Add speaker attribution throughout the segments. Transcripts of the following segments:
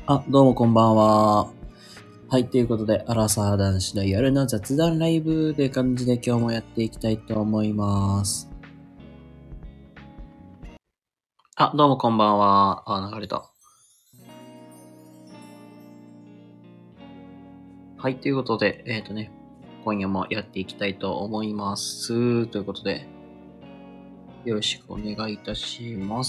Speaker 1: どうもこんばんは。はい、ということで、アラサー男子の夜の雑談ライブという感じで今日もやっていきたいと思います。どうもこんばんは。流れた。はい、ということで、今夜もやっていきたいと思います。ということで、よろしくお願いいたします。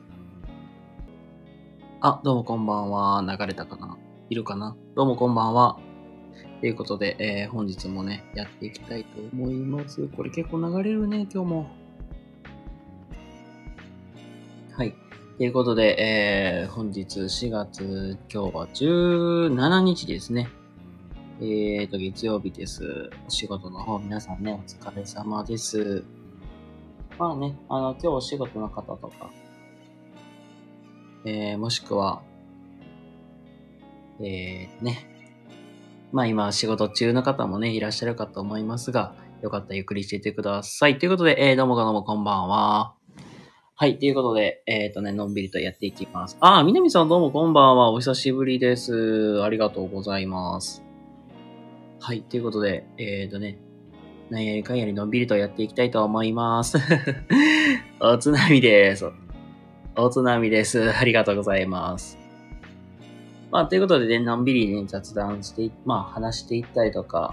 Speaker 1: どうもこんばんは。流れたかないるかなどうもこんばんは。ということで、本日もね、やっていきたいと思います。これ結構流れるね、今日も。はい。ということで、本日4月、今日は17日ですね。月曜日です。お仕事の方、皆さんね、お疲れ様です。まあね、今日お仕事の方とか、もしくは、まあ今仕事中の方もね、いらっしゃるかと思いますが、よかったらゆっくりしていてください。ということで、どうもこんばんは。はい、ということで、のんびりとやっていきます。みなみさんどうもこんばんは。お久しぶりです。ありがとうございます。はい、ということで、なんやりかんやりのんびりとやっていきたいと思います。おつなみです。おつなみです。ありがとうございます。ということでね、のんびりね、雑談して、話していったりとか、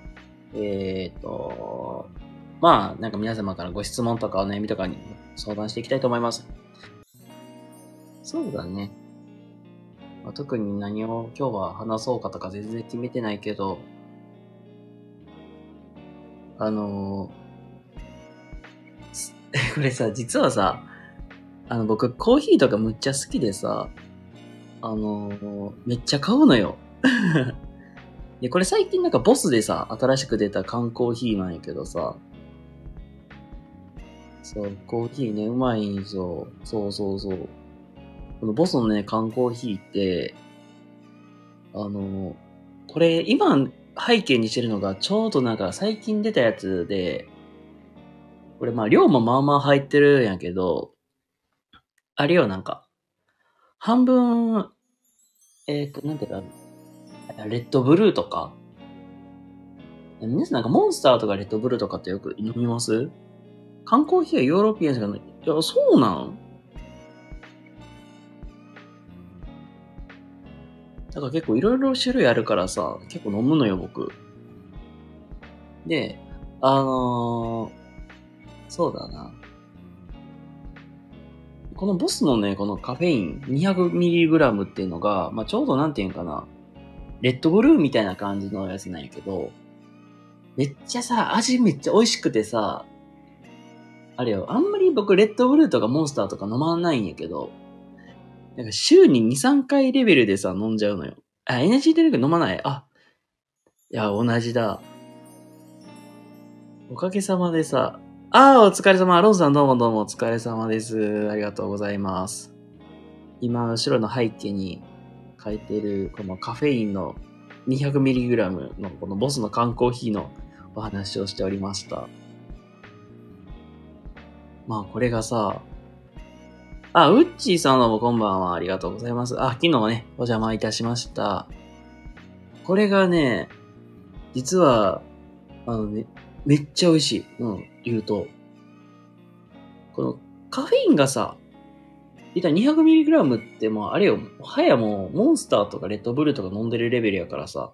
Speaker 1: なんか皆様からご質問とかお悩みとかに相談していきたいと思います。そうだね。特に何を今日は話そうかとか全然決めてないけど、これさ、実はさ、僕コーヒーとかむっちゃ好きでさ、めっちゃ買うのよ。で、これ最近なんかボスでさ、新しく出た缶コーヒーなんやけどさ、そう、コーヒーね、うまいんぞ。そうそうそう。このボスのね、缶コーヒーって、これ今背景にしてるのがちょうどなんか最近出たやつで、これ量もまあまあ入ってるんやけど、あれよなんか、半分、なんていうか、レッドブルーとか、皆さんなんかモンスターとかレッドブルーとかってよく飲みます？缶コーヒーはヨーロピアンしかない。いや、そうなんだから結構いろいろ種類あるからさ、結構飲むのよ、僕。で、そうだな。このボスのね、このカフェイン 200mg っていうのが、ちょうどなんていうんかな、レッドブルーみたいな感じのやつなんやけど、めっちゃさ、味めっちゃ美味しくてさ、あれよ、あんまり僕レッドブルーとかモンスターとか飲まないんやけど、なんか週に2、3回レベルでさ、飲んじゃうのよ。エナジードリンク飲まない？いや、同じだ。おかげさまでさ、お疲れ様。ロンさんどうもどうもお疲れ様です。ありがとうございます。今、後ろの背景に書いてる、このカフェインの 200mg のこのボスの缶コーヒーのお話をしておりました。これがさ、ウッチーさんどうもこんばんは。ありがとうございます。昨日ね、お邪魔いたしました。これがね、実は、めっちゃ美味しい。言うと。このカフェインがさ、言ったら 200mg ってもうあれよ、はやもうモンスターとかレッドブルとか飲んでるレベルやからさ、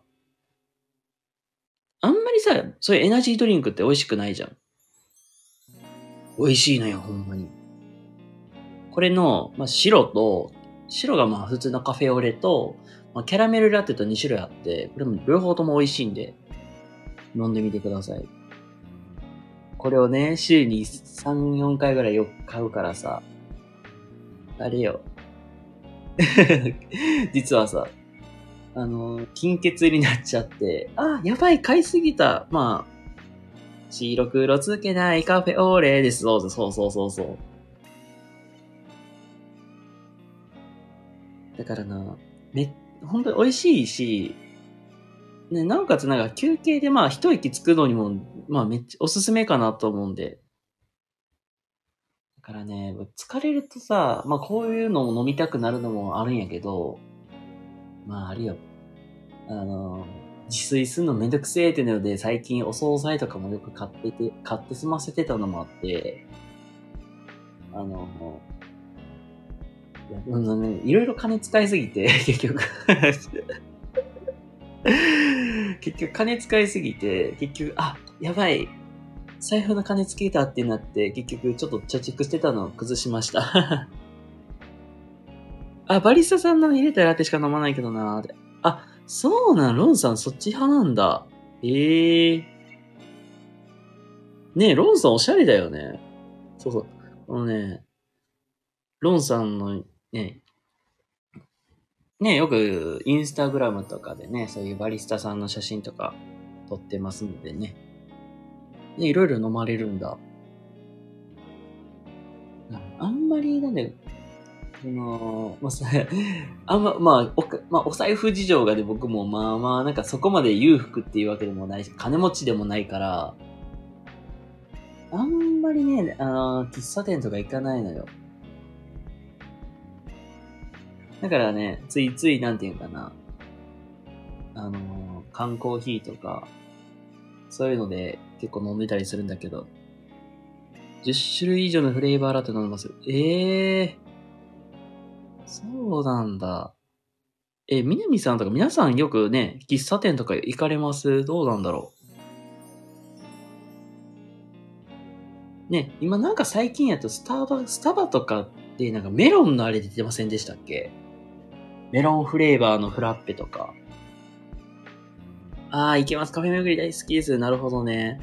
Speaker 1: あんまりさ、そういうエナジードリンクって美味しくないじゃん。美味しいのよ、ほんまに。これの、白が普通のカフェオレと、キャラメルラテと2種類あって、これも両方とも美味しいんで、飲んでみてください。これをね、週に3、4回ぐらいよく買うからさ、あれよ。実はさ、金欠になっちゃって、やばい、買いすぎた。白黒つけないカフェオレです。そうそうそうそうそう。だからな、本当に美味しいし、ね、なおかつなんか休憩で一息つくのにも、めっちゃおすすめかなと思うんで。だからね、疲れるとさ、こういうのも飲みたくなるのもあるんやけど、 まあ、あるよ。自炊するのめんどくせえってので、最近お惣菜とかもよく買って済ませてたのもあって、いろいろ金使いすぎて、結局結局金使いすぎて、結局、やばい。財布の金つけたってなって、結局ちょっと貯蓄してたのを崩しました。バリスタさんの入れたラテしか飲まないけどなーって。そうなん、ロンさんそっち派なんだ。ねえ、ロンさんおしゃれだよね。そうそう。ロンさんのよくインスタグラムとかでね、そういうバリスタさんの写真とか撮ってますのでね。いろいろ飲まれるんだ。あんまり、お財布事情がで僕もなんかそこまで裕福っていうわけでもないし、金持ちでもないから、あんまりね、喫茶店とか行かないのよ。だからね、ついついなんていうかな、缶コーヒーとか、そういうので結構飲んでたりするんだけど、10種類以上のフレーバーラテ飲んでます。そうなんだ。南さんとか皆さんよくね、喫茶店とか行かれます？どうなんだろう。ね、今なんか最近やとスタバとかってなんかメロンのあれ出てませんでしたっけ？メロンフレーバーのフラッペとか。いけます。カフェ巡り大好きです。なるほどね。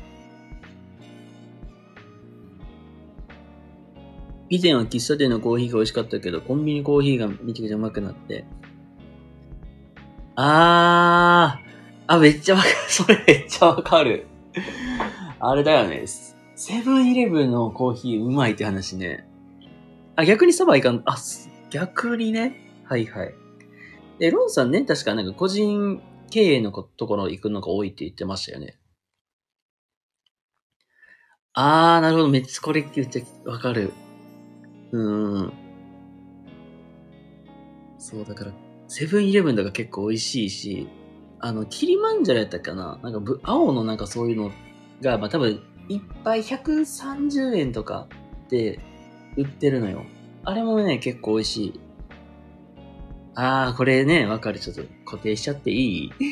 Speaker 1: 以前は喫茶店のコーヒーが美味しかったけど、コンビニコーヒーがめちゃくちゃうまくなって。めっちゃわかる。それめっちゃわかる。あれだよね。セブンイレブンのコーヒーうまいって話ね。逆にそばいかん、逆にね。はいはい。ロンさんね、確かなんか個人経営のところ行くのが多いって言ってましたよね。なるほど。めっちゃこれ言ってわかる。そう、だから、セブンイレブンとか結構美味しいし、キリマンジャロやったかななんか青のなんかそういうのが、多分、いっぱい130円とかで売ってるのよ。あれもね、結構美味しい。これね、わかる。ちょっと固定しちゃっていい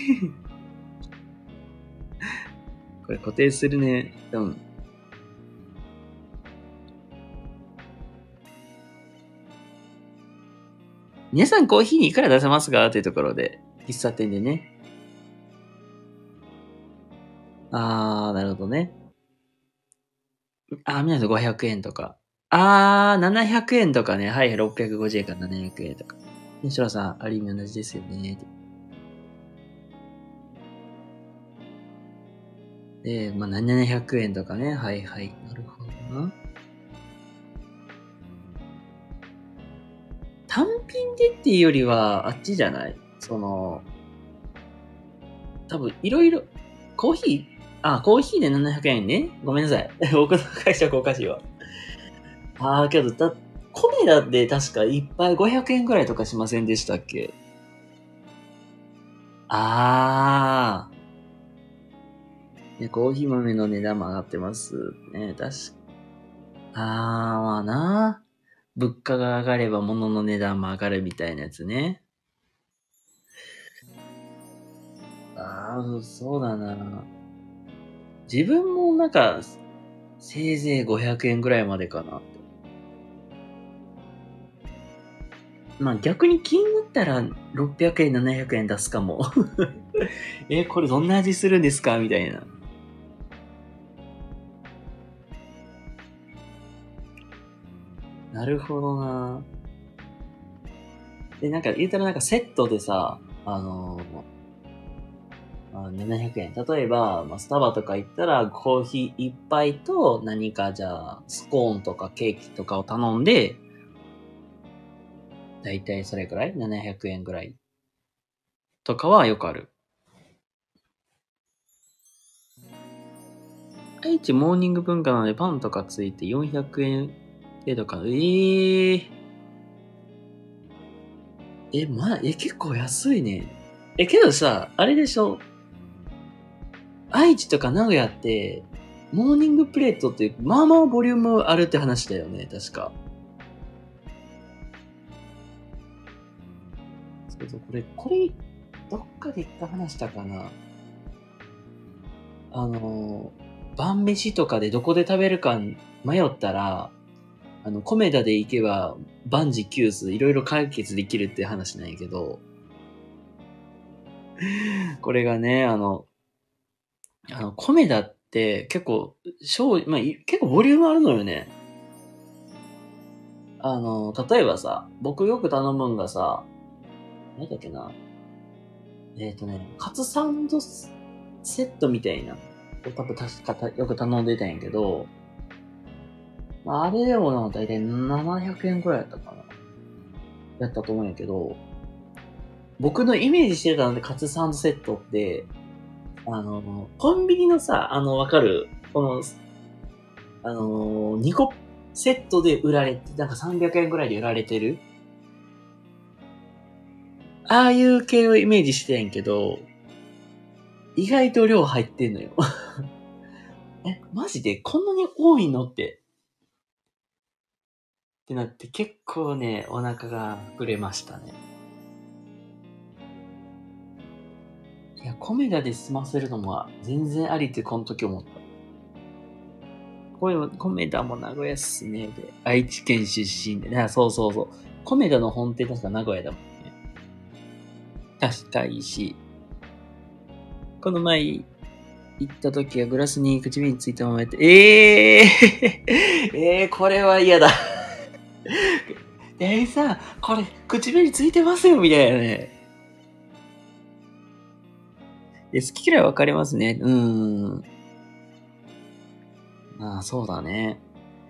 Speaker 1: これ固定するね。皆さんコーヒーにいくら出せますかというところで、喫茶店でね。なるほどね。皆さん500円とか。700円とかね。はい、650円から700円とか。ね、シロさん、ある意味同じですよね。で、700円とかね。はいはい。なるほどな。単品でっていうよりは、あっちじゃない多分、いろいろ、コーヒーで700円ね。ごめんなさい。僕の解釈おかしいわ。けど、米だって確か一杯500円くらいとかしませんでしたっけ？コーヒー豆の値段も上がってますね。まあな。物価が上がれば物の値段も上がるみたいなやつね。そうだな。自分もなんか、せいぜい500円ぐらいまでかな。逆に気になったら600円、700円出すかも。これどんな味するんですかみたいな。なるほどな。で、なんか言ったらなんかセットでさ、700円。例えば、スタバとか行ったらコーヒー一杯と何かじゃあ、スコーンとかケーキとかを頼んで、だいたいそれくらい ?700 円くらいとかはよくある。愛知モーニング文化なのでパンとかついて400円程度か。 結構安いね。けどさ、あれでしょ、愛知とか名古屋って、モーニングプレートって、まあまあボリュームあるって話だよね、確か。そうそう、これ、どっかで一回話したかな。晩飯とかでどこで食べるか迷ったら、コメダで行けば万事休すいろいろ解決できるって話なんやけど、これがね、コメダって結構、結構ボリュームあるのよね。例えばさ、僕よく頼むんがさ、何だっけな。カツサンドセットみたいな。多分確かよく頼んでたんやけど、あれでもな、だいたい700円くらいやったかな。やったと思うんやけど、僕のイメージしてたのでカツサンドセットって、コンビニのさ、わかるこの、2個セットで売られて、なんか300円くらいで売られてるああいう系をイメージしてたんやけど、意外と量入ってんのよ。マジでこんなに多いのってなって結構ね、お腹が膨れましたね。いや、コメダで済ませるのも全然ありってこの時思った。コメダも名古屋っすね。で、愛知県出身で。そうそうそう。コメダの本店確か名古屋だもんね。近いし。この前行った時はグラスに唇についたままやって、これは嫌だ。店員さん、これ唇についてますよ、みたいなね。好き嫌い分かりますね。そうだね。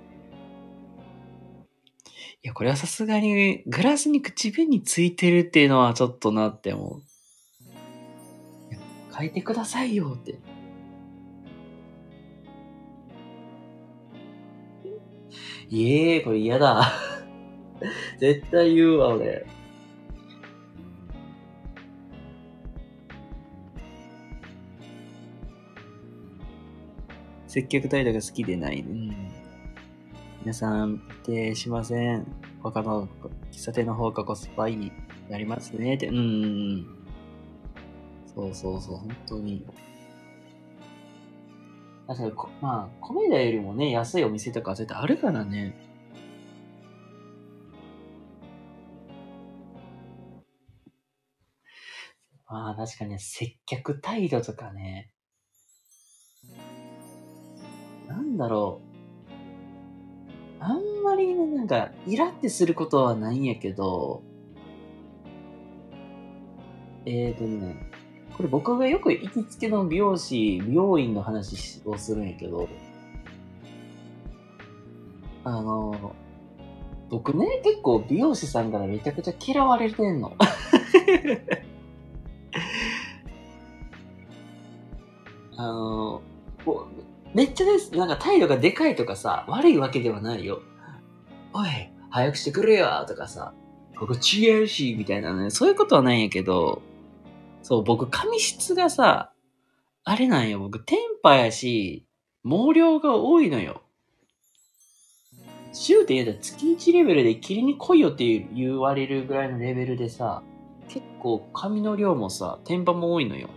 Speaker 1: いや、これはさすがに、グラスに口紅ついてるっていうのはちょっとなって思う。いや、変えてくださいよって。これ嫌だ。絶対言うわ、俺。接客態度が好きでない。皆さん、否定しません。他の喫茶店の方がコスパいい。やりますねって。そうそうそう、本当に。確かにコメダよりもね、安いお店とか絶対あるからね。確かに接客態度とかね。なんだろう。あんまりね、なんか、イラってすることはないんやけど、これ僕がよく行きつけの美容院の話をするんやけど、僕ね、結構美容師さんからめちゃくちゃ嫌われてんの。めっちゃです。なんか態度がでかいとかさ、悪いわけではないよ。おい、早くしてくれよとかさ、ここ違うし、みたいなね、そういうことはないんやけど、そう、僕髪質がさ、あれなんよ、僕テンパやし、毛量が多いのよ。週って言うと月1レベルで切りに来いよって言われるぐらいのレベルでさ、結構髪の量もさ、テンパも多いのよ。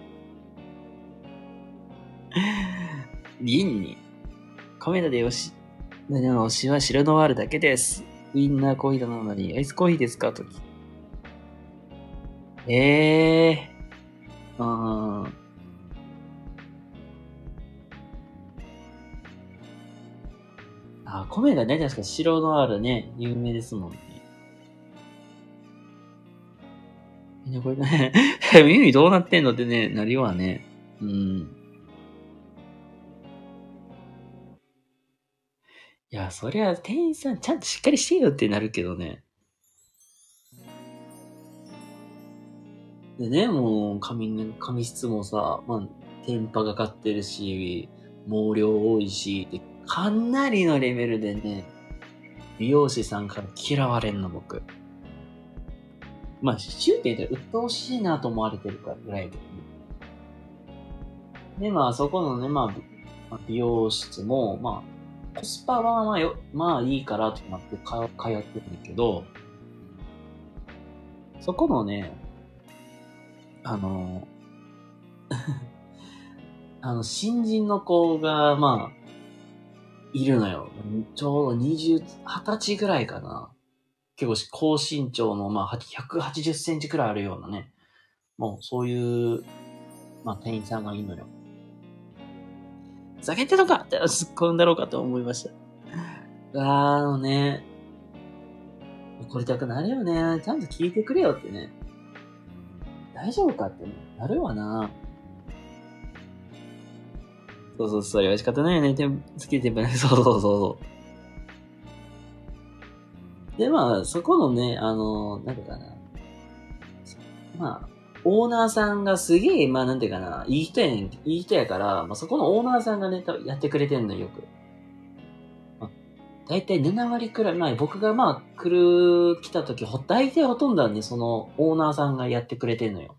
Speaker 1: 銀に、カメラで推しは白ノワールだけです。ウインナーコーヒーなのに、アイスコーヒーですかとき。うん。米がね、確か白ノワールね、有名ですもんね。みんなこれね、耳どうなってんのってね、なるわね。うん。いや、そりゃ店員さんちゃんとしっかりしてよってなるけどね。でね、もう髪質もさ、テンパがかってるし、毛量多いし、で、かなりのレベルでね、美容師さんから嫌われんの、僕。 まあ、終点って鬱陶しいなと思われてるからぐらいだけどね。で、まあ、そこのね、まあ、美容室も、まあ、コスパはまあいいからとなって通ってるんだけど、そこのね、新人の子が、まあ、いるのよ。ちょうど20歳ぐらいかな。結構高身長の、まあ、180センチくらいあるようなね。もう、そういう、まあ、店員さんがいるのよ。ふざけてんのかって突っ込んだろうかと思いました。ね、怒りたくなるよね。ちゃんと聞いてくれよってね。大丈夫かってね、なるわな。それは仕方ないよね。好きでね。そう。で、まあ、そこのね、なんていうかな。まあ、オーナーさんがすげえ、まあ、なんていうかな、いい人やから、まあ、そこのオーナーさんがね、やってくれてんのよく。まあ、だいたい7割くらい、まあ、僕がまあ、来た時、大体ほとんどはね、そのオーナーさんがやってくれてんのよ。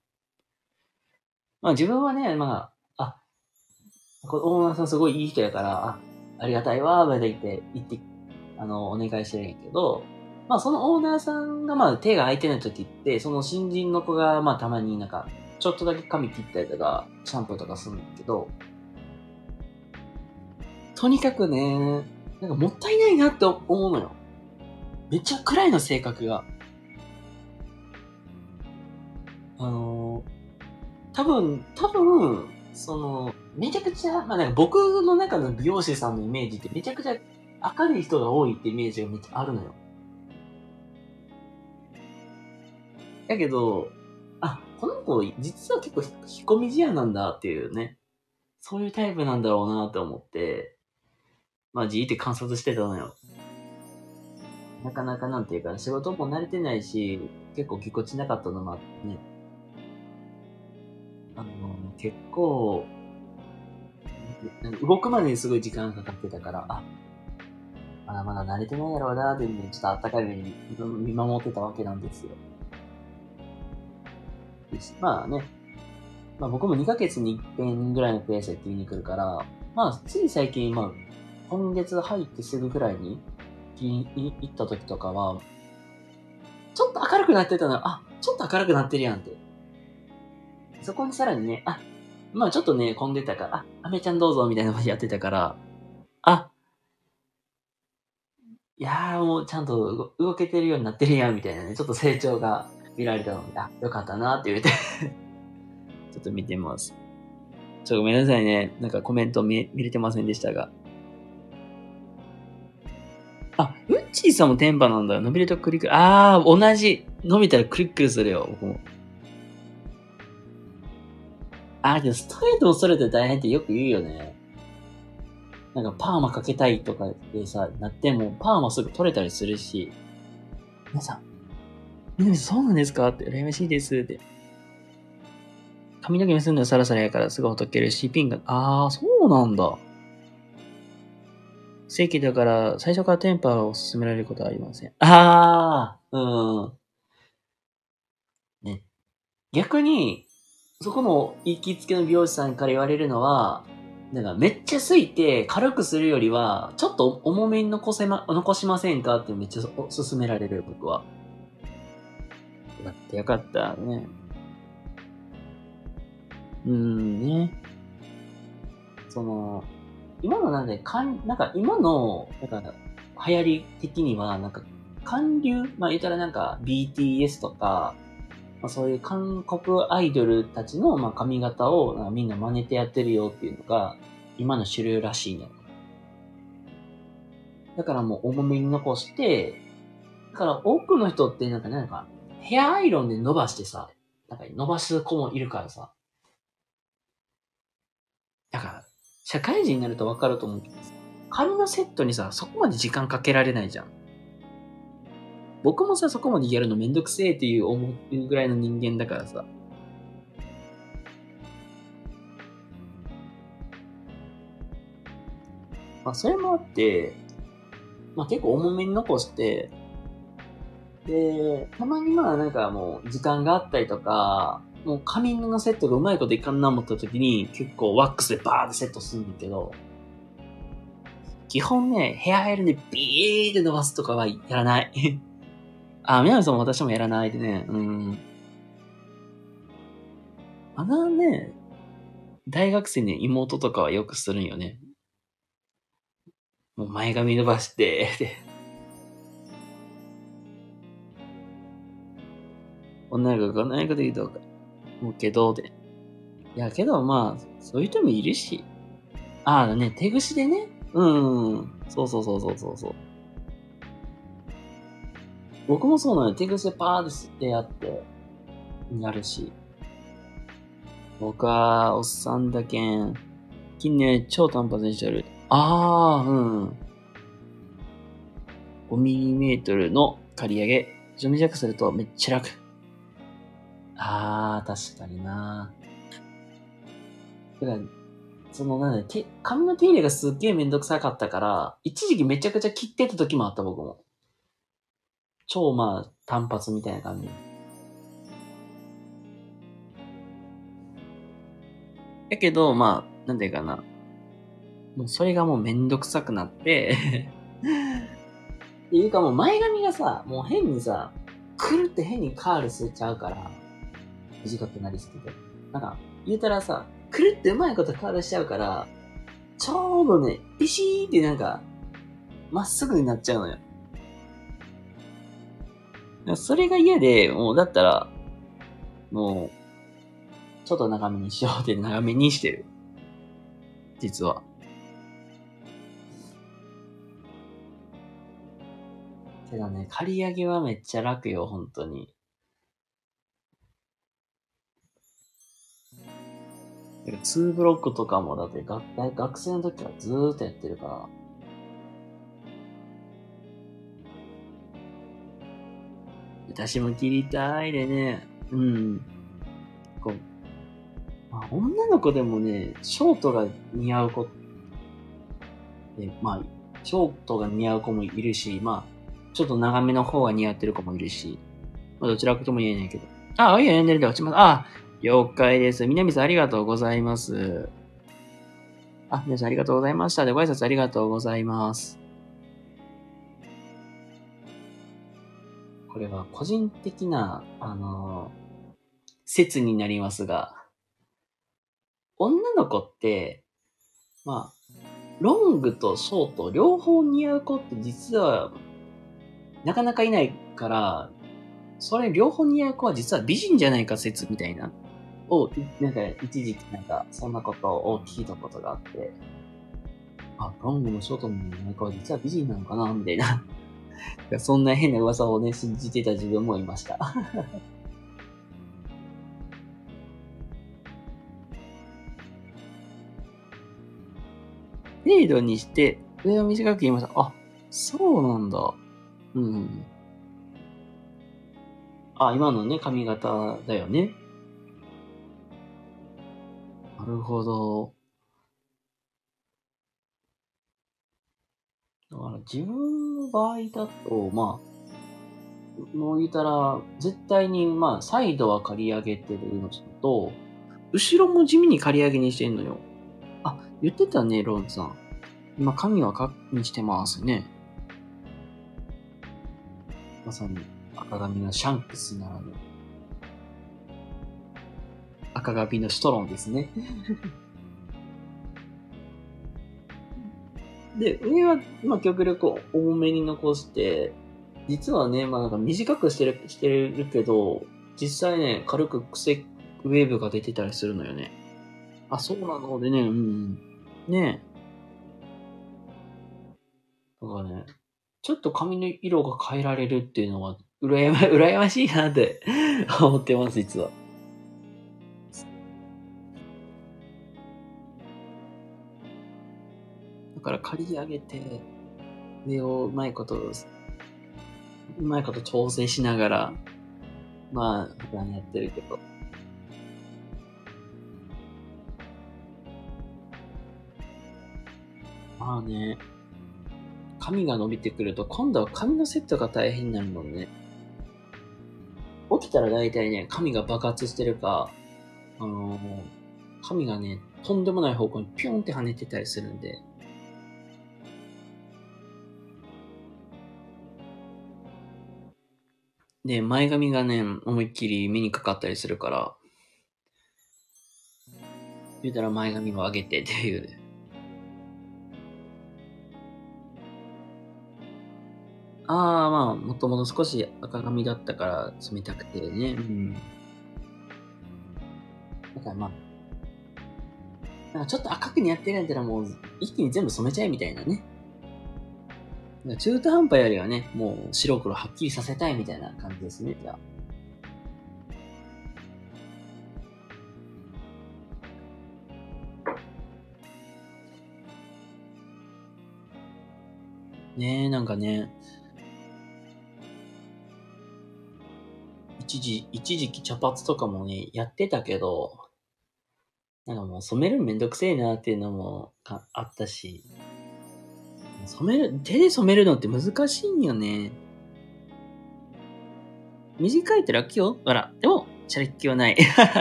Speaker 1: まあ、自分はね、まあ、このオーナーさんすごいいい人やから、ありがたいわー、まで言って、お願いしてるんやけど、まあそのオーナーさんがまあ手が空いてない時って、その新人の子がまあたまになんか、ちょっとだけ髪切ったりとか、シャンプーとかするんだけど、とにかくね、なんかもったいないなって思うのよ。めっちゃ暗いの性格が。多分、めちゃくちゃ、まあなんか僕の中の美容師さんのイメージってめちゃくちゃ明るい人が多いってイメージがめっちゃあるのよ。だけど、この子、実は結構引っ込み思案なんだっていうね。そういうタイプなんだろうなって思って、まあ、じーって観察してたのよ。なかなかなんていうか、仕事も慣れてないし、結構ぎこちなかったのもあってね。結構、動くまでにすごい時間かかってたから、まだまだ慣れてないやろうなっていうので、ちょっとあったかい目に見守ってたわけなんですよ。まあね、まあ僕も2ヶ月に1遍ぐらいのペースで言いに来るから、まあつい最近、まあ今月入ってすぐぐらいに行った時とかは、ちょっと明るくなってたのよ。ちょっと明るくなってるやんって。そこにさらにね、まあちょっとね、混んでたから、アメちゃんどうぞみたいなのやってたから、あ、いやーもうちゃんと動けてるようになってるやんみたいなね、ちょっと成長が見られたので、よかったなって言ってちょっと見てます。ごめんなさいね。なんかコメント見れてませんでしたが。ウッチーさんもテンパなんだよ。伸びるとクリック。同じ。伸びたらクリックするよ、僕も。でもストレートもストレートで大変ってよく言うよね。なんかパーマかけたいとかでさ、なっても、パーマすぐ取れたりするし。皆さん、みなみさんそうなんですかって、羨ましいですって。髪の毛結んだらサラサラやからすぐほどけるし、ピンが、そうなんだ。正規だから、最初からテンパを勧められることはありません。ね。逆に、そこの行きつけの美容師さんから言われるのは、なんかめっちゃすいて軽くするよりは、ちょっと重めに残しませんかってめっちゃ勧められる、僕は。よかったね。ね。今のなんで、なんか今の、なんか流行り的には、なんか韓流、まあ言ったらなんか BTS とか、まあ、そういう韓国アイドルたちの、まあ、髪型をなんかみんな真似てやってるよっていうのが、今の主流らしいね。だからもう重めに残して、だから多くの人ってなんか、ヘアアイロンで伸ばしてさ、なんか伸ばす子もいるからさ。だから、社会人になるとわかると思うけど、髪のセットにさ、そこまで時間かけられないじゃん。僕もさ、そこまでやるのめんどくせえっていう思うぐらいの人間だからさ。まあ、それもあって、まあ結構重めに残して、 で、たまにまあなんかもう時間があったりとか、もう髪のセットがうまいこといかんな思った時に結構ワックスでバーってセットするんだけど、基本ね、ヘアアイロンでビーって伸ばすとかはやらない。あ、みなみさんも私もやらないでね。うん。あのね、大学生に妹とかはよくするんよね。もう前髪伸ばして、で、女の子がこんなこと言うとか、もうけど、で。いや、けどまあ、そういう人もいるし。ああ、ね、手ぐしでね。うん。そうそうそうそうそうそう。僕もそうなのよ。手ぐしでパーって吸ってやって、やるし。僕は、おっさんだけん。近年超単発にしてる。ああ、うん。5mm の刈り上げ。短くするとめっちゃ楽。ああ、確かにな。だから、そのなんだ、髪の手入れがすっげえめんどくさかったから、一時期めちゃくちゃ切ってた時もあった僕も。超まあ、単発みたいな感じ。だけど、まあ、なんていうかな。もうそれがもうめんどくさくなってっていうかもう前髪がさ、もう変にさ、くるって変にカールすれちゃうから、短くなりすぎて。なんか、言うたらさ、くるってうまいことカールしちゃうから、ちょうどね、ビシーってなんか、まっすぐになっちゃうのよ。それが嫌で、もうだったら、もう、ちょっと長めにしようって長めにしてる。実は。けどね、刈り上げはめっちゃ楽よ、本当に。2ブロックとかもだって学生の時からずーっとやってるから。私も切りたいでね。うん。こう、まあ、女の子でもね、ショートが似合う子って、まあ、ショートが似合う子もいるし、まあ、ちょっと長めの方が似合ってる子もいるし、まあ、どちらかとも言えないけど。あ、いいや、やんでるで落ちます。あ、了解です。南さんありがとうございます。あ、皆さんありがとうございました。で、ご挨拶ありがとうございます。これは個人的な、説になりますが、女の子って、まあ、ロングとショート両方似合う子って実はなかなかいないから、それ両方似合う子は実は美人じゃないか説みたいな、なんか一時期なんかそんなことを聞いたことがあって、あ、ロングもショートも似合う子は実は美人なのかなみたいな。そんな変な噂をね、信じてた自分もいました。程度にして、上を短く言いました。あ、そうなんだ。うん。あ、今のね、髪型だよね。なるほど。だから自分の場合だと、まあ、もう言ったら、絶対に、まあ、サイドは刈り上げてるのと、後ろも地味に刈り上げにしてんのよ。あ、言ってたね、ロンさん。今、髪はカッにしてますね。まさに、赤髪のシャンクスならぬ、赤髪のシュトロンですね。で、上は、まあ、極力多めに残して、実はね、まあなんか短くしてるけど、実際ね、軽くウェーブが出てたりするのよね。あ、そうなのでね、うん。ねだからね、ちょっと髪の色が変えられるっていうのは、羨ましいなって思ってます、実は。だから刈り上げて、上をうまいこと調整しながら、まあ、普段やってるけど。まあね、髪が伸びてくると、今度は髪のセットが大変になるもんね。 起きたら大体ね、髪が爆発してるか、髪がね、とんでもない方向にピョンって跳ねてたりするんで。で、前髪がね、思いっきり目にかかったりするから、言うたら前髪を上げてっていう。まあ、もともと少し赤髪だったから染めたくてね。うん。だからまあ、なんかちょっと赤くにやってるんやったらもう一気に全部染めちゃえみたいなね。中途半端よりはね、もう白黒はっきりさせたいみたいな感じですね、じゃあ。ねえ、なんかね、一時期茶髪とかもね、やってたけど、なんかもう染めるめんどくせえなっていうのもあったし、手で染めるのって難しいんよね。短いって楽よ。ほら、でも、チャリッキはない。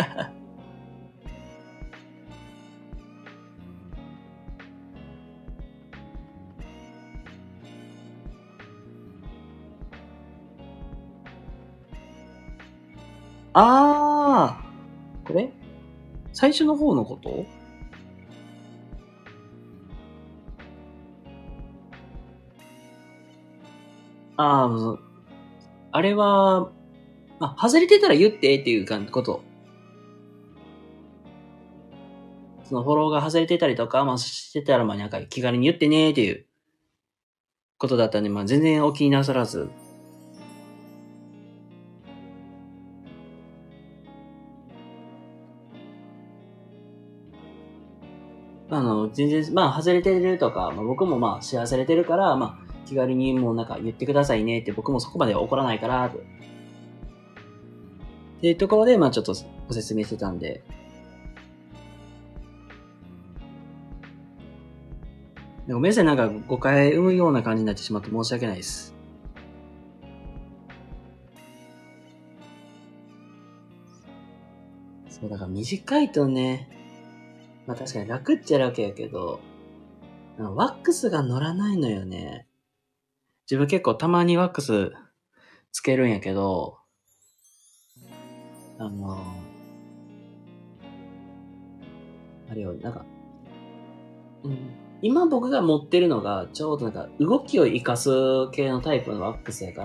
Speaker 1: これ最初の方のこと？あれは、外れてたら言ってっていうこと。そのフォローが外れてたりとか、してたら、なんか気軽に言ってねっていうことだったんで、全然お気になさらず。全然、外れてるとか、僕も幸せれてるから、気軽にもうなんか言ってくださいねって、僕もそこまでは怒らないから、っていうところで、ちょっとご説明してたんで。ごめんなさい、なんか誤解生むような感じになってしまって申し訳ないです。そう、だから短いとね、確かに楽っちゃ楽やけど、ワックスが乗らないのよね。自分結構たまにワックスつけるんやけど、あれよ、なんか、今僕が持ってるのが、ちょうどなんか動きを活かす系のタイプのワックスやから、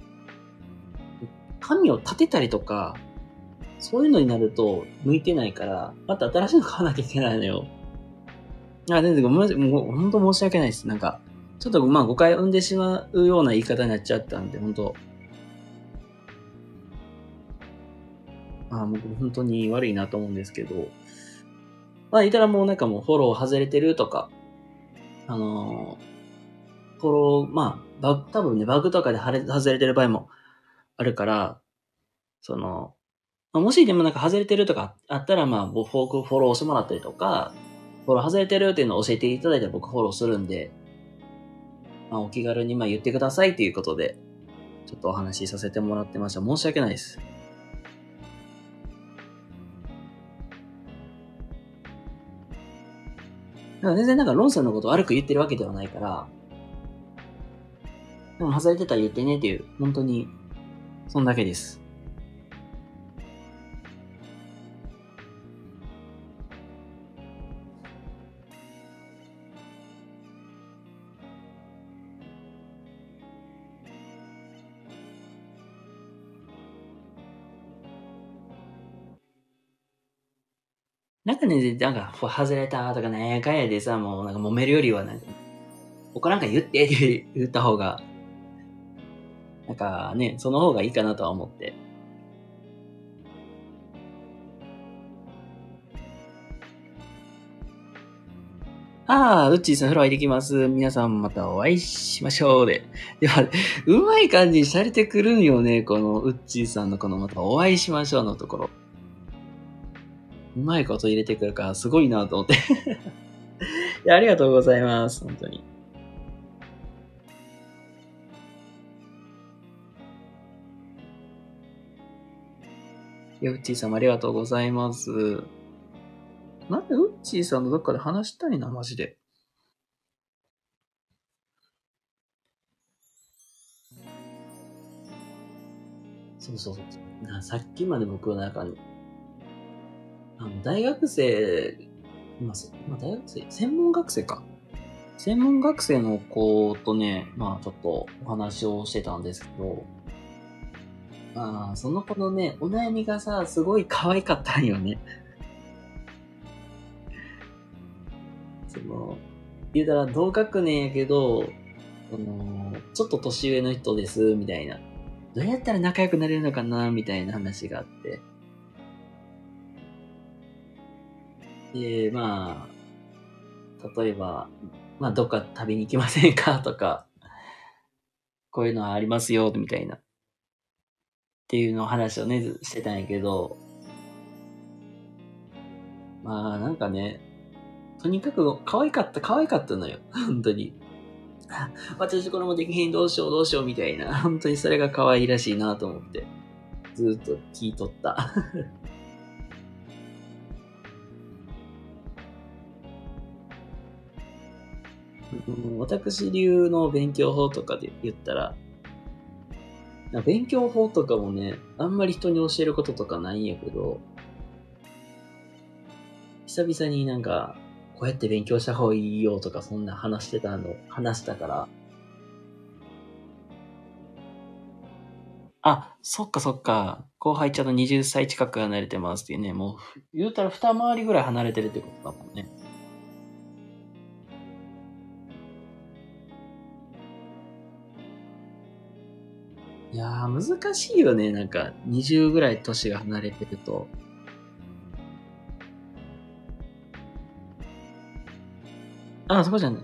Speaker 1: 髪を立てたりとか、そういうのになると向いてないから、また新しいの買わなきゃいけないのよ。全然ごめんなさい。もう本当申し訳ないです。なんか、ちょっと誤解を生んでしまうような言い方になっちゃったんで、本当僕本当に悪いなと思うんですけど、いたらもうなんかもうフォロー外れてるとか、フォロー、多分ね、バグとかで外れてる場合もあるから、もしでもなんか外れてるとかあったら、僕フォローしてもらったりとか、フォロー外れてるっていうのを教えていただいたら僕フォローするんで、お気軽に言ってくださいっていうことで、ちょっとお話しさせてもらってました。申し訳ないです。全然なんかロンさんのこと悪く言ってるわけではないから、でも外れてたら言ってねっていう、本当に、そんだけです。なんかね、なんか、外れたとかなんやかんやでさ、もうなんか揉めるよりはなんか、他なんか言ってって言った方が、なんかね、その方がいいかなとは思って。ウッチーさん、風呂入ってきます。皆さんまたお会いしましょうで。では、うまい感じにされてくるんよね、このウッチーさんのこのまたお会いしましょうのところ。うまいこと入れてくるからすごいなと思って。いや、ありがとうございます。本当に。 いや、うっちーさんもありがとうございます。なんでうっちーさんとどっかで話したいな、マジで。そうそうそう。さっきまで僕はなんか、大学生、今大学生、専門学生か。専門学生の子とね、まあちょっとお話をしてたんですけど、まあその子のね、お悩みがさ、すごい可愛かったんよね。その、言うたら同学年やけど、ちょっと年上の人です、みたいな。どうやったら仲良くなれるのかな、みたいな話があって。で、まあ、例えば、まあ、どっか旅に行きませんかとか、こういうのありますよ、みたいな。っていうのを話をね、してたんやけど、まあ、なんかね、とにかく可愛かったのよ。本当に。私これもできへん、どうしよう、どうしよう、みたいな。本当にそれが可愛らしいなと思って、ずっと聞いとった。私流の勉強法とかで言ったら、勉強法とかもね、あんまり人に教えることとかないんやけど、久々になんか、こうやって勉強した方がいいよとかそんな話したから、あ、そっかそっか、後輩ちゃんと20歳近く離れてますっていうね、もう、言うたら二回りぐらい離れてるってことだもんね。いやー、難しいよね、なんか、20ぐらい年が離れてると。あ、そこじゃない。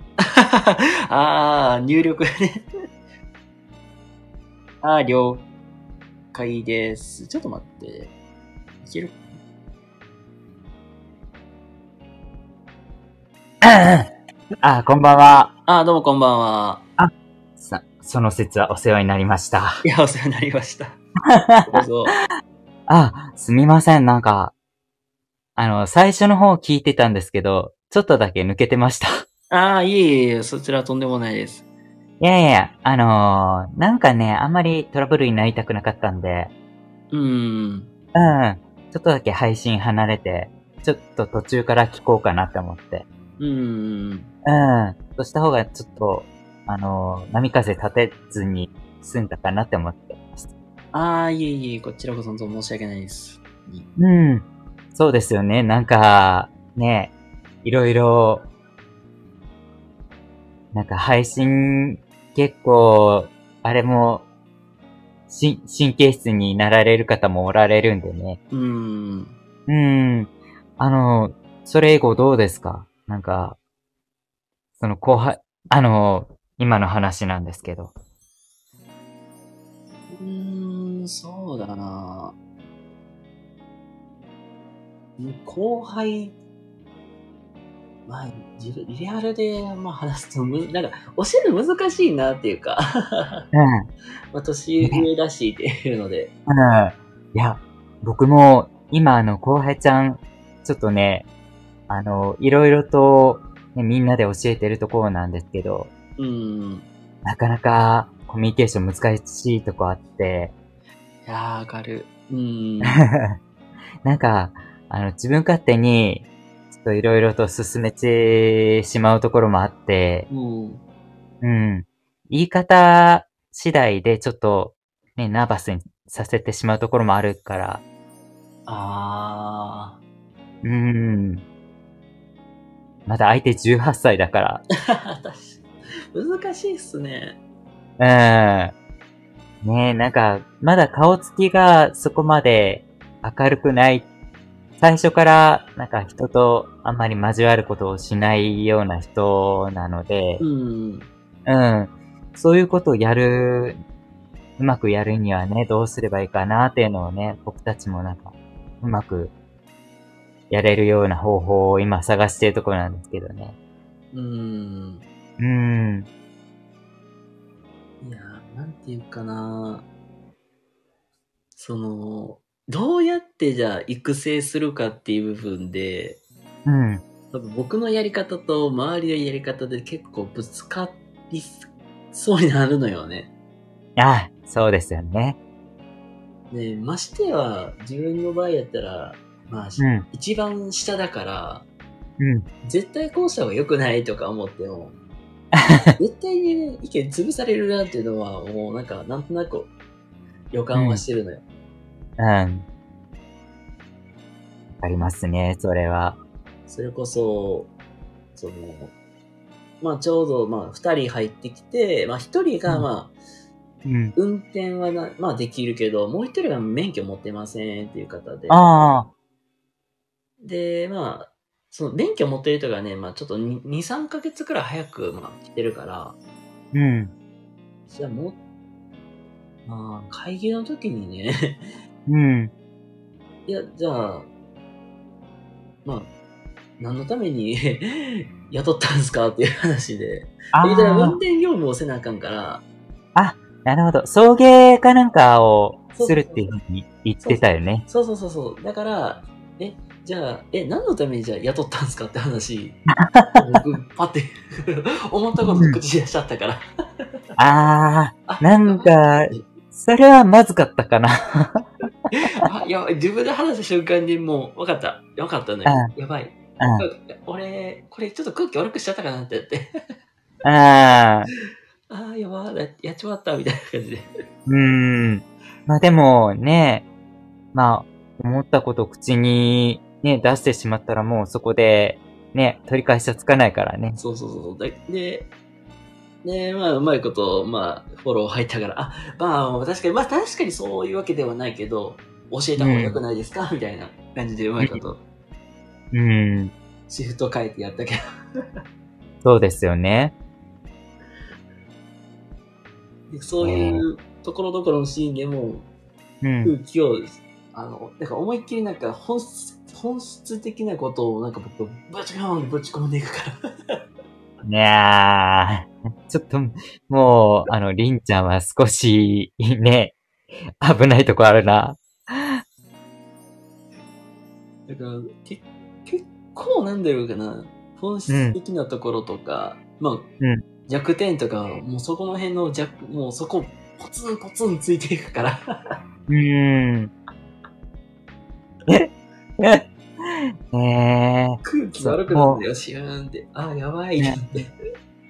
Speaker 1: あー、入力ね。あー、了解です。ちょっと待って。いける
Speaker 2: あ、こんばんは。
Speaker 1: あ、どうもこんばんは。
Speaker 2: あ、その説はお世話になりました。
Speaker 1: いや、お世話になりました。どうぞ。
Speaker 2: あ、すみません。最初の方聞いてたんですけど、ちょっとだけ抜けてました。
Speaker 1: ああ、いえいえ、そちらとんでもないです。
Speaker 2: いやいや、なんかね、あんまりトラブルになりたくなかったんで、
Speaker 1: うーん。
Speaker 2: うん、ちょっとだけ配信離れて、ちょっと途中から聞こうかなって思って。
Speaker 1: うーん。
Speaker 2: うん、そうした方がちょっと、波風立てずに済んだかなって思ってます。
Speaker 1: ああ、いえいえ、こちらこそ本当申し訳ないです。
Speaker 2: うん。そうですよね。ね、いろいろ、配信、結構、あれも、神経質になられる方もおられるんでね。
Speaker 1: うーん。
Speaker 2: うん。それ以後どうですか？その後輩、今の話なんですけど。
Speaker 1: そうだな。後輩、まあ、リアルで、まあ話すとなんか、教えるの難しいなっていうか
Speaker 2: うん。
Speaker 1: まあ、年
Speaker 2: ね。
Speaker 1: 上だしっていうので。
Speaker 2: うん。いや、僕も、今後輩ちゃん、ちょっとね、いろいろと、ね、みんなで教えてるところなんですけど、
Speaker 1: うーん。
Speaker 2: なかなかコミュニケーション難しいとこあって、
Speaker 1: いやー、わかる。うーん。
Speaker 2: なんか、自分勝手に、ちょっといろいろと進めてしまうところもあって、
Speaker 1: うん。
Speaker 2: うん。言い方次第でちょっと、ね、ナーバスにさせてしまうところもあるから、
Speaker 1: あ
Speaker 2: うん。まだ相手18歳だか
Speaker 1: ー。難しいっすね。
Speaker 2: ら、うん。ねえ、まだ顔つきがそこまで明るくない。最初から、人とあんまり交わることをしないような人なので、
Speaker 1: うん。
Speaker 2: うん。そういうことをうまくやるにはね、どうすればいいかなっていうのをね、僕たちもうまくやれるような方法を今探しているところなんですけどね。
Speaker 1: うーん。
Speaker 2: うーん。
Speaker 1: いやー、なんていうかな。その、 どうやってじゃあ育成するかっていう部分で、
Speaker 2: うん。
Speaker 1: 多分僕のやり方と周りのやり方で結構ぶつかりそうになるのよね。
Speaker 2: あ、そうですよね。
Speaker 1: で、ましては自分の場合やったら、まあ、
Speaker 2: うん。
Speaker 1: 一番下だから、
Speaker 2: うん。
Speaker 1: 絶対こうした方が良くないとか思っても、絶対にね、意見潰されるなっていうのは、もうなんか、なんとなく予感はしてるのよ。
Speaker 2: うん。わかりますね、それは。
Speaker 1: それこそ、その、まあちょうど、まあ二人入ってきて、まあ一人がまあ、
Speaker 2: うん。
Speaker 1: 運転はまあできるけど、もう一人は免許持ってませんっていう方で。
Speaker 2: ああ。
Speaker 1: で、まあ、その免許持ってる人がね、まあちょっと2、3ヶ月くらい早く、まあ来てるから、
Speaker 2: うん。
Speaker 1: じゃあもう、まあ会議の時にね、
Speaker 2: うん。
Speaker 1: いや、じゃあ、まあ、何のために雇ったんですかっていう話で。言うたら運
Speaker 2: あ
Speaker 1: 転業務をせなあかんから、
Speaker 2: あ。あ、なるほど。送迎かなんかを
Speaker 1: そう
Speaker 2: するっていう
Speaker 1: そうそうそう。
Speaker 2: ふうに言ってたよね。
Speaker 1: そうそうそうそう。だから、じゃあ、何のためにじゃあ雇ったんですかって話、僕、パって思ったこと
Speaker 2: うん。
Speaker 1: 口に出しちゃったから。
Speaker 2: ああ、
Speaker 1: あ、
Speaker 2: なん
Speaker 1: やばい。
Speaker 2: か、それはまずかったかな。
Speaker 1: あ、やばい。自分で話した瞬間にもう、わかった。わかったのよ。
Speaker 2: うん、
Speaker 1: やばい。
Speaker 2: うん、
Speaker 1: 俺、これちょっと空気悪くしちゃったかなってやって。
Speaker 2: ああ、
Speaker 1: ああ、やばい。やっちまった、みたいな感じで。
Speaker 2: うーん。まあでもね、まあ、思ったことを口にね、出してしまったらもうそこでね、取り返しはつかないからね。
Speaker 1: そうそうそう。で、まあ、うまいこと、まあ、フォロー入ったから、まあ確かにそういうわけではないけど、教えた方が良く
Speaker 2: うん。
Speaker 1: ないですかみたいな感じでうまいこと、
Speaker 2: うん。
Speaker 1: シフト変えてやったけ
Speaker 2: そうですよね。
Speaker 1: ど、そうい
Speaker 2: ええ、
Speaker 1: うところどころのシーンでも、
Speaker 2: うん。
Speaker 1: 空気を、なんか思いっきりなんか本質的なことをなんか僕、ぶち込んでいくから。
Speaker 2: いやー、ちょっと、もう、りんちゃんは少し、ね、危ないとこあるな。
Speaker 1: だから、結構なんだろうかな、本
Speaker 2: うん、
Speaker 1: 質的なところとか、まあ、
Speaker 2: うん、
Speaker 1: 弱点とか、もうそこの辺のもうそこ、ポツンポツンついていくから、
Speaker 2: うーん。え、え、
Speaker 1: 空気
Speaker 2: そう、
Speaker 1: 悪くなるん
Speaker 2: も
Speaker 1: だよ、シューンって。あー、やばい、
Speaker 2: う、
Speaker 1: って
Speaker 2: ね、
Speaker 1: なって。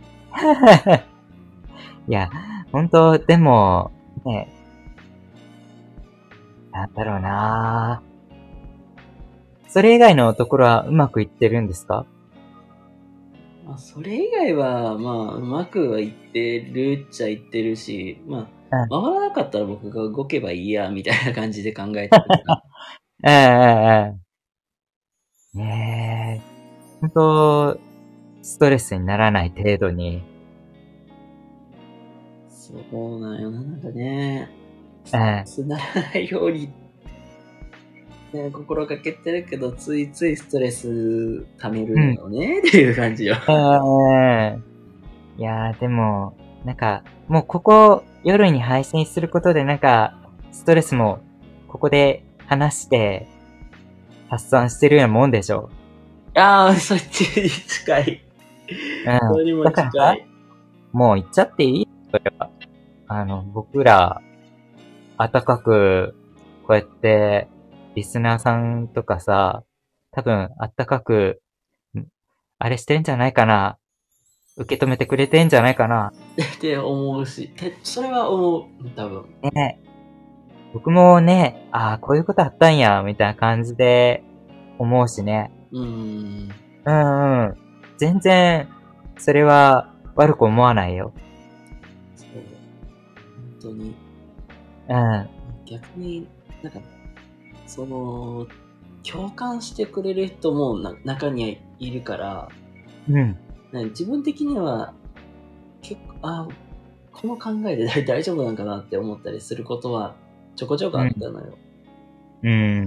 Speaker 2: いや、本当でも、ね、なんだろうな。それ以外のところはうまくいってるんですか？
Speaker 1: まあ、それ以外は、まあ、うまくはいってるっちゃいってるし、まあ、
Speaker 2: うん、
Speaker 1: 回らなかったら僕が動けばいいや、みたいな感じで考えてるから。
Speaker 2: うん、うん、うん。ねえ、本当ストレスにならない程度に、
Speaker 1: そうなんよな、なんかね、
Speaker 2: うん、
Speaker 1: ならないように、ね、心がけてるけど、ついついストレス溜める
Speaker 2: うん、
Speaker 1: のよね、っていう感じよ。
Speaker 2: うん。いやー、でも、なんか、もうここ、夜に配信することでなんか、ストレスも、ここで話して、発散してるようなもんでしょ。
Speaker 1: ああ、そっちに近い。
Speaker 2: うん。
Speaker 1: それにも
Speaker 2: だからさ、
Speaker 1: 近い。
Speaker 2: もう言っちゃっていい？それは。僕ら、温かく、こうやって、リスナーさんとかさ、多分、あったかく、あれしてんじゃないかな。受け止めてくれてんじゃないかな。
Speaker 1: って思うし、それは思う、多分。
Speaker 2: ね。僕もね、ああ、こういうことあったんや、みたいな感じで思うしね。
Speaker 1: うーん。
Speaker 2: うんうん。全然、それは悪く思わないよ。
Speaker 1: そう。本当に。
Speaker 2: うん。
Speaker 1: 逆に、なんか、共感してくれる人も中にはいるから、
Speaker 2: うん。
Speaker 1: 自分的には、結構、この考えで大丈夫なんかなって思ったりすることは、ちょこちょこあ
Speaker 2: うん。
Speaker 1: ったのよ。
Speaker 2: うん。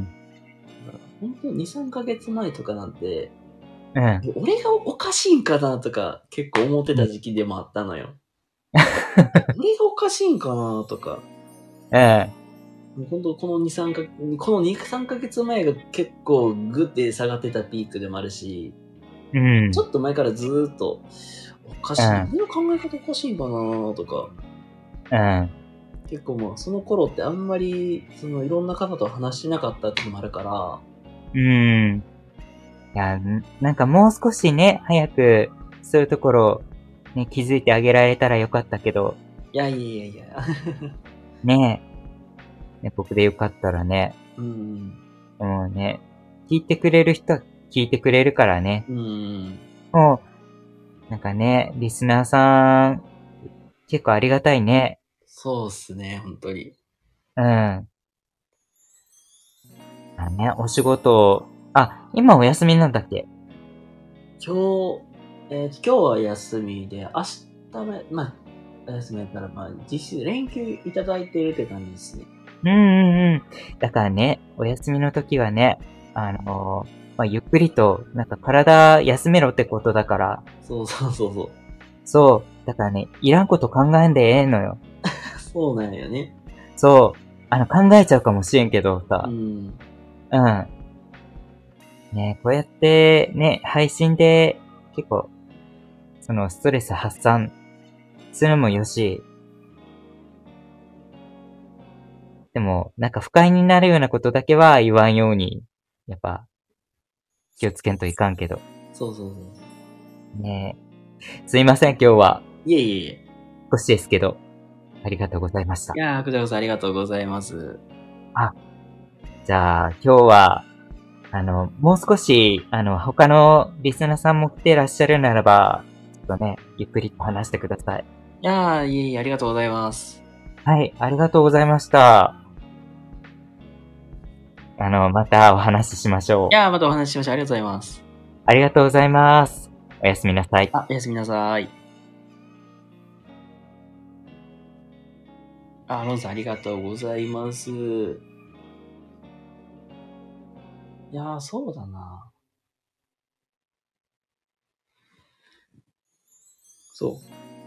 Speaker 1: 本当2、3ヶ月前とかなんて、
Speaker 2: うん。
Speaker 1: 俺がおかしいんかなとか結構思って
Speaker 2: うん。
Speaker 1: た時期でもあったのよ。俺がおかしいんかなとか。
Speaker 2: うん。
Speaker 1: もう本当この2、3か、この2、3ヶ月前が結構グッて下がってたピークでもあるし、
Speaker 2: うん。
Speaker 1: ちょっと前からずーっと、おかしい、俺の考え方おかしいんかなとか、
Speaker 2: うん。
Speaker 1: 結構もうその頃ってあんまり、いろんな方と話してなかったっていうのもあるから、
Speaker 2: うん。いや、なんかもう少しね、早く、そういうところ、ね、気づいてあげられたらよかったけど、
Speaker 1: いやいやいやいや。
Speaker 2: ねね、僕でよかったらね、
Speaker 1: うん。
Speaker 2: もうね、聞いてくれる人は聞いてくれるからね。
Speaker 1: うん。
Speaker 2: もう、なんかね、リスナーさん、結構ありがたいね。
Speaker 1: そうっすね、本当に。
Speaker 2: うん。ね、お仕事、今お休みなんだっけ？
Speaker 1: 今日、今日は休みで、明日まあ、お休みやったら、まあ、実質連休いただいてるって感じですね。
Speaker 2: うんうんうん。だからね、お休みの時はね、ゆっくりと、なんか体休めろってことだから、
Speaker 1: そうそうそうそう。
Speaker 2: そう。だからね、いらんこと考えんでええのよ。
Speaker 1: そうなんよね。
Speaker 2: そう。考えちゃうかもしれんけど
Speaker 1: う
Speaker 2: さ。
Speaker 1: ん。
Speaker 2: うん。ね、こうやってね、配信で結構、そのストレス発散するのもよし、でも、なんか不快になるようなことだけは言わんように、やっぱ気をつけんといかんけど。
Speaker 1: そうそうそう。
Speaker 2: ね、すいません、今日は
Speaker 1: いえいえいえ。
Speaker 2: 少しですけど、ありがとうございました。
Speaker 1: いやー、こちらこそありがとうございます。
Speaker 2: あ、じゃあ今日は、もう少し、他のリスナーさんも来てらっしゃるならば、ちょっとね、ゆっくりと話してください。
Speaker 1: いやー、いえいえ、ありがとうございます。
Speaker 2: はい、ありがとうございました。またお話ししましょう。
Speaker 1: いやー、またお話ししましょう。ありがとうございます。
Speaker 2: ありがとうございます。おやすみなさい。
Speaker 1: おやすみなさい。ロンさんありがとうございます。いやー、そうだな。そう。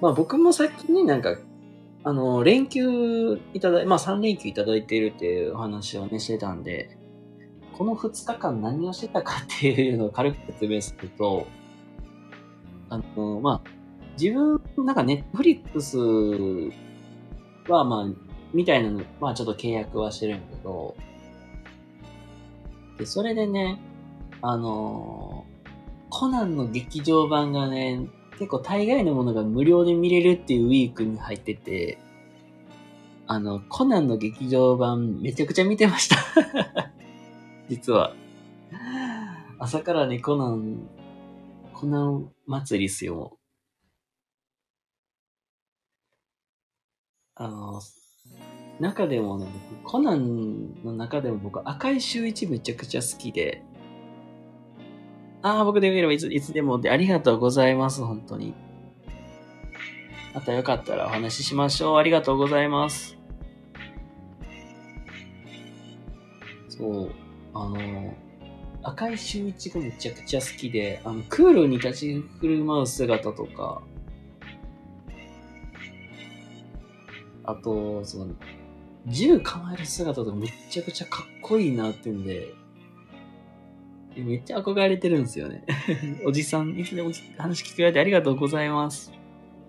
Speaker 1: まあ僕もさっきね、なんか、連休まあ3連休いただいているっていうお話をね、してたんで、この2日間何をしてたかっていうのを軽く説明すると、まあ、自分、なんかネットフリックスは、まあ、みたいなの、まあちょっと契約はしてるんやけど、で、それでね、コナンの劇場版がね、結構大概のものが無料で見れるっていうウィークに入ってて、コナンの劇場版めちゃくちゃ見てました。実は。朝からね、コナン祭りっすよ。あの、中でもね、コナンの中でも僕、赤い周一めちゃくちゃ好きで、僕でよければいつでもでありがとうございます、本当に。またよかったらお話ししましょう。ありがとうございます。そう、赤い周一がめちゃくちゃ好きで、クールに立ち振る舞う姿とか、あと、銃構える姿とかめっちゃくちゃかっこいいなっていうんで、めっちゃ憧れてるんですよね。おじさん、いつでも話聞いてくれてありがとうございます。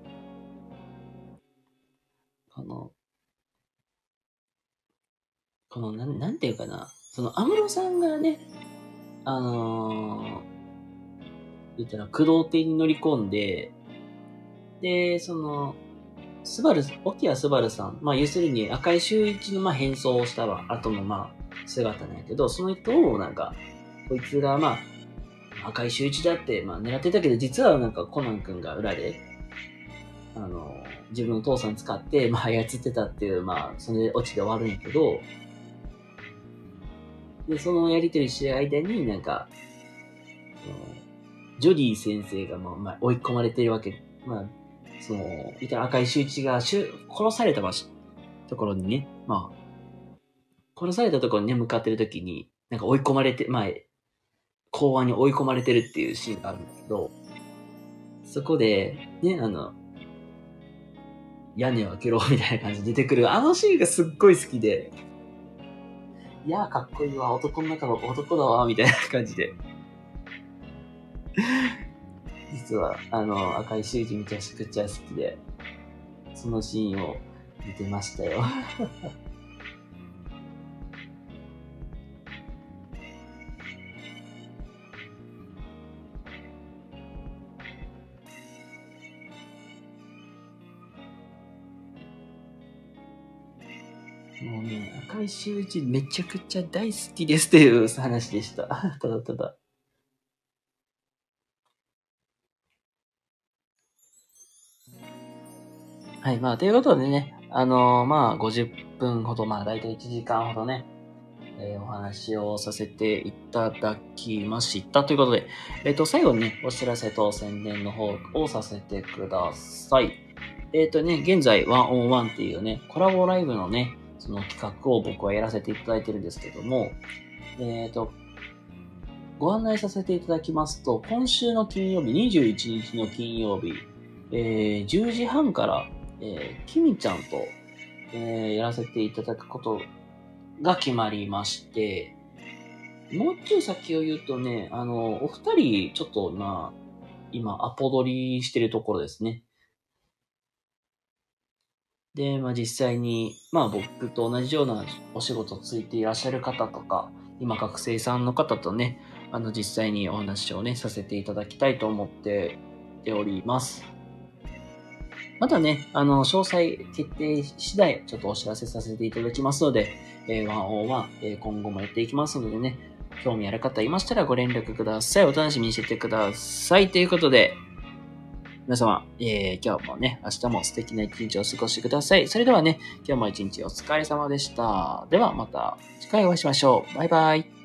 Speaker 1: なんていうかな。安室さんがね、言ったら、駆動艇に乗り込んで、で、沖谷スバルさん、まあ、要するに赤井秀一の、まあ、変装をした後の、まあ、姿なんやけど、その人を、なんか、こいつが、まあ、赤井秀一だって、まあ、狙ってたけど、実はなんか、コナン君が裏で、自分の父さん使って、まあ、操ってたっていう、まあ、それでオチで終わるんやけど、で、そのやりとりしてる間になんか、ジョディ先生が、まあ、追い込まれてるわけ。まあ、いた赤い周知が殺されたところにね、まあ、殺されたところにね、向かってる時に、なんか追い込まれて、まあ、公安に追い込まれてるっていうシーンがあるんだけど、そこで、ね、屋根を開けろみたいな感じで出てくる、あのシーンがすっごい好きで、 いやーかっこいいわ、男の中の男だわ、みたいな感じで。実は、赤い習字めちゃくちゃ好きで、そのシーンを見てましたよ。もうね、赤い習字めちゃくちゃ大好きですっていう話でした。ただただ。はい、まあ、ということでね、まあ、50分ほど、まあ、だいたい1時間ほどね、お話をさせていただきましたということで、最後にね、お知らせと宣伝の方をさせてください。現在、ワンオンワンっていうね、コラボライブのね、その企画を僕はやらせていただいてるんですけども、ご案内させていただきますと、今週の金曜日、21日の金曜日、10時半から、きみちゃんと、やらせていただくことが決まりまして、もうちょい先を言うとね、お二人、ちょっと、まあ、今、アポ取りしてるところですね。で、まあ実際に、まあ僕と同じようなお仕事ついていらっしゃる方とか、今学生さんの方とね、実際にお話をね、させていただきたいと思っております。またね、詳細決定次第、ちょっとお知らせさせていただきますので、101、今後もやっていきますのでね、興味ある方いましたらご連絡ください。お楽しみにしててください。ということで、皆様、今日もね、明日も素敵な一日をお過ごしください。それではね、今日も一日お疲れ様でした。ではまた次回お会いしましょう。バイバイ。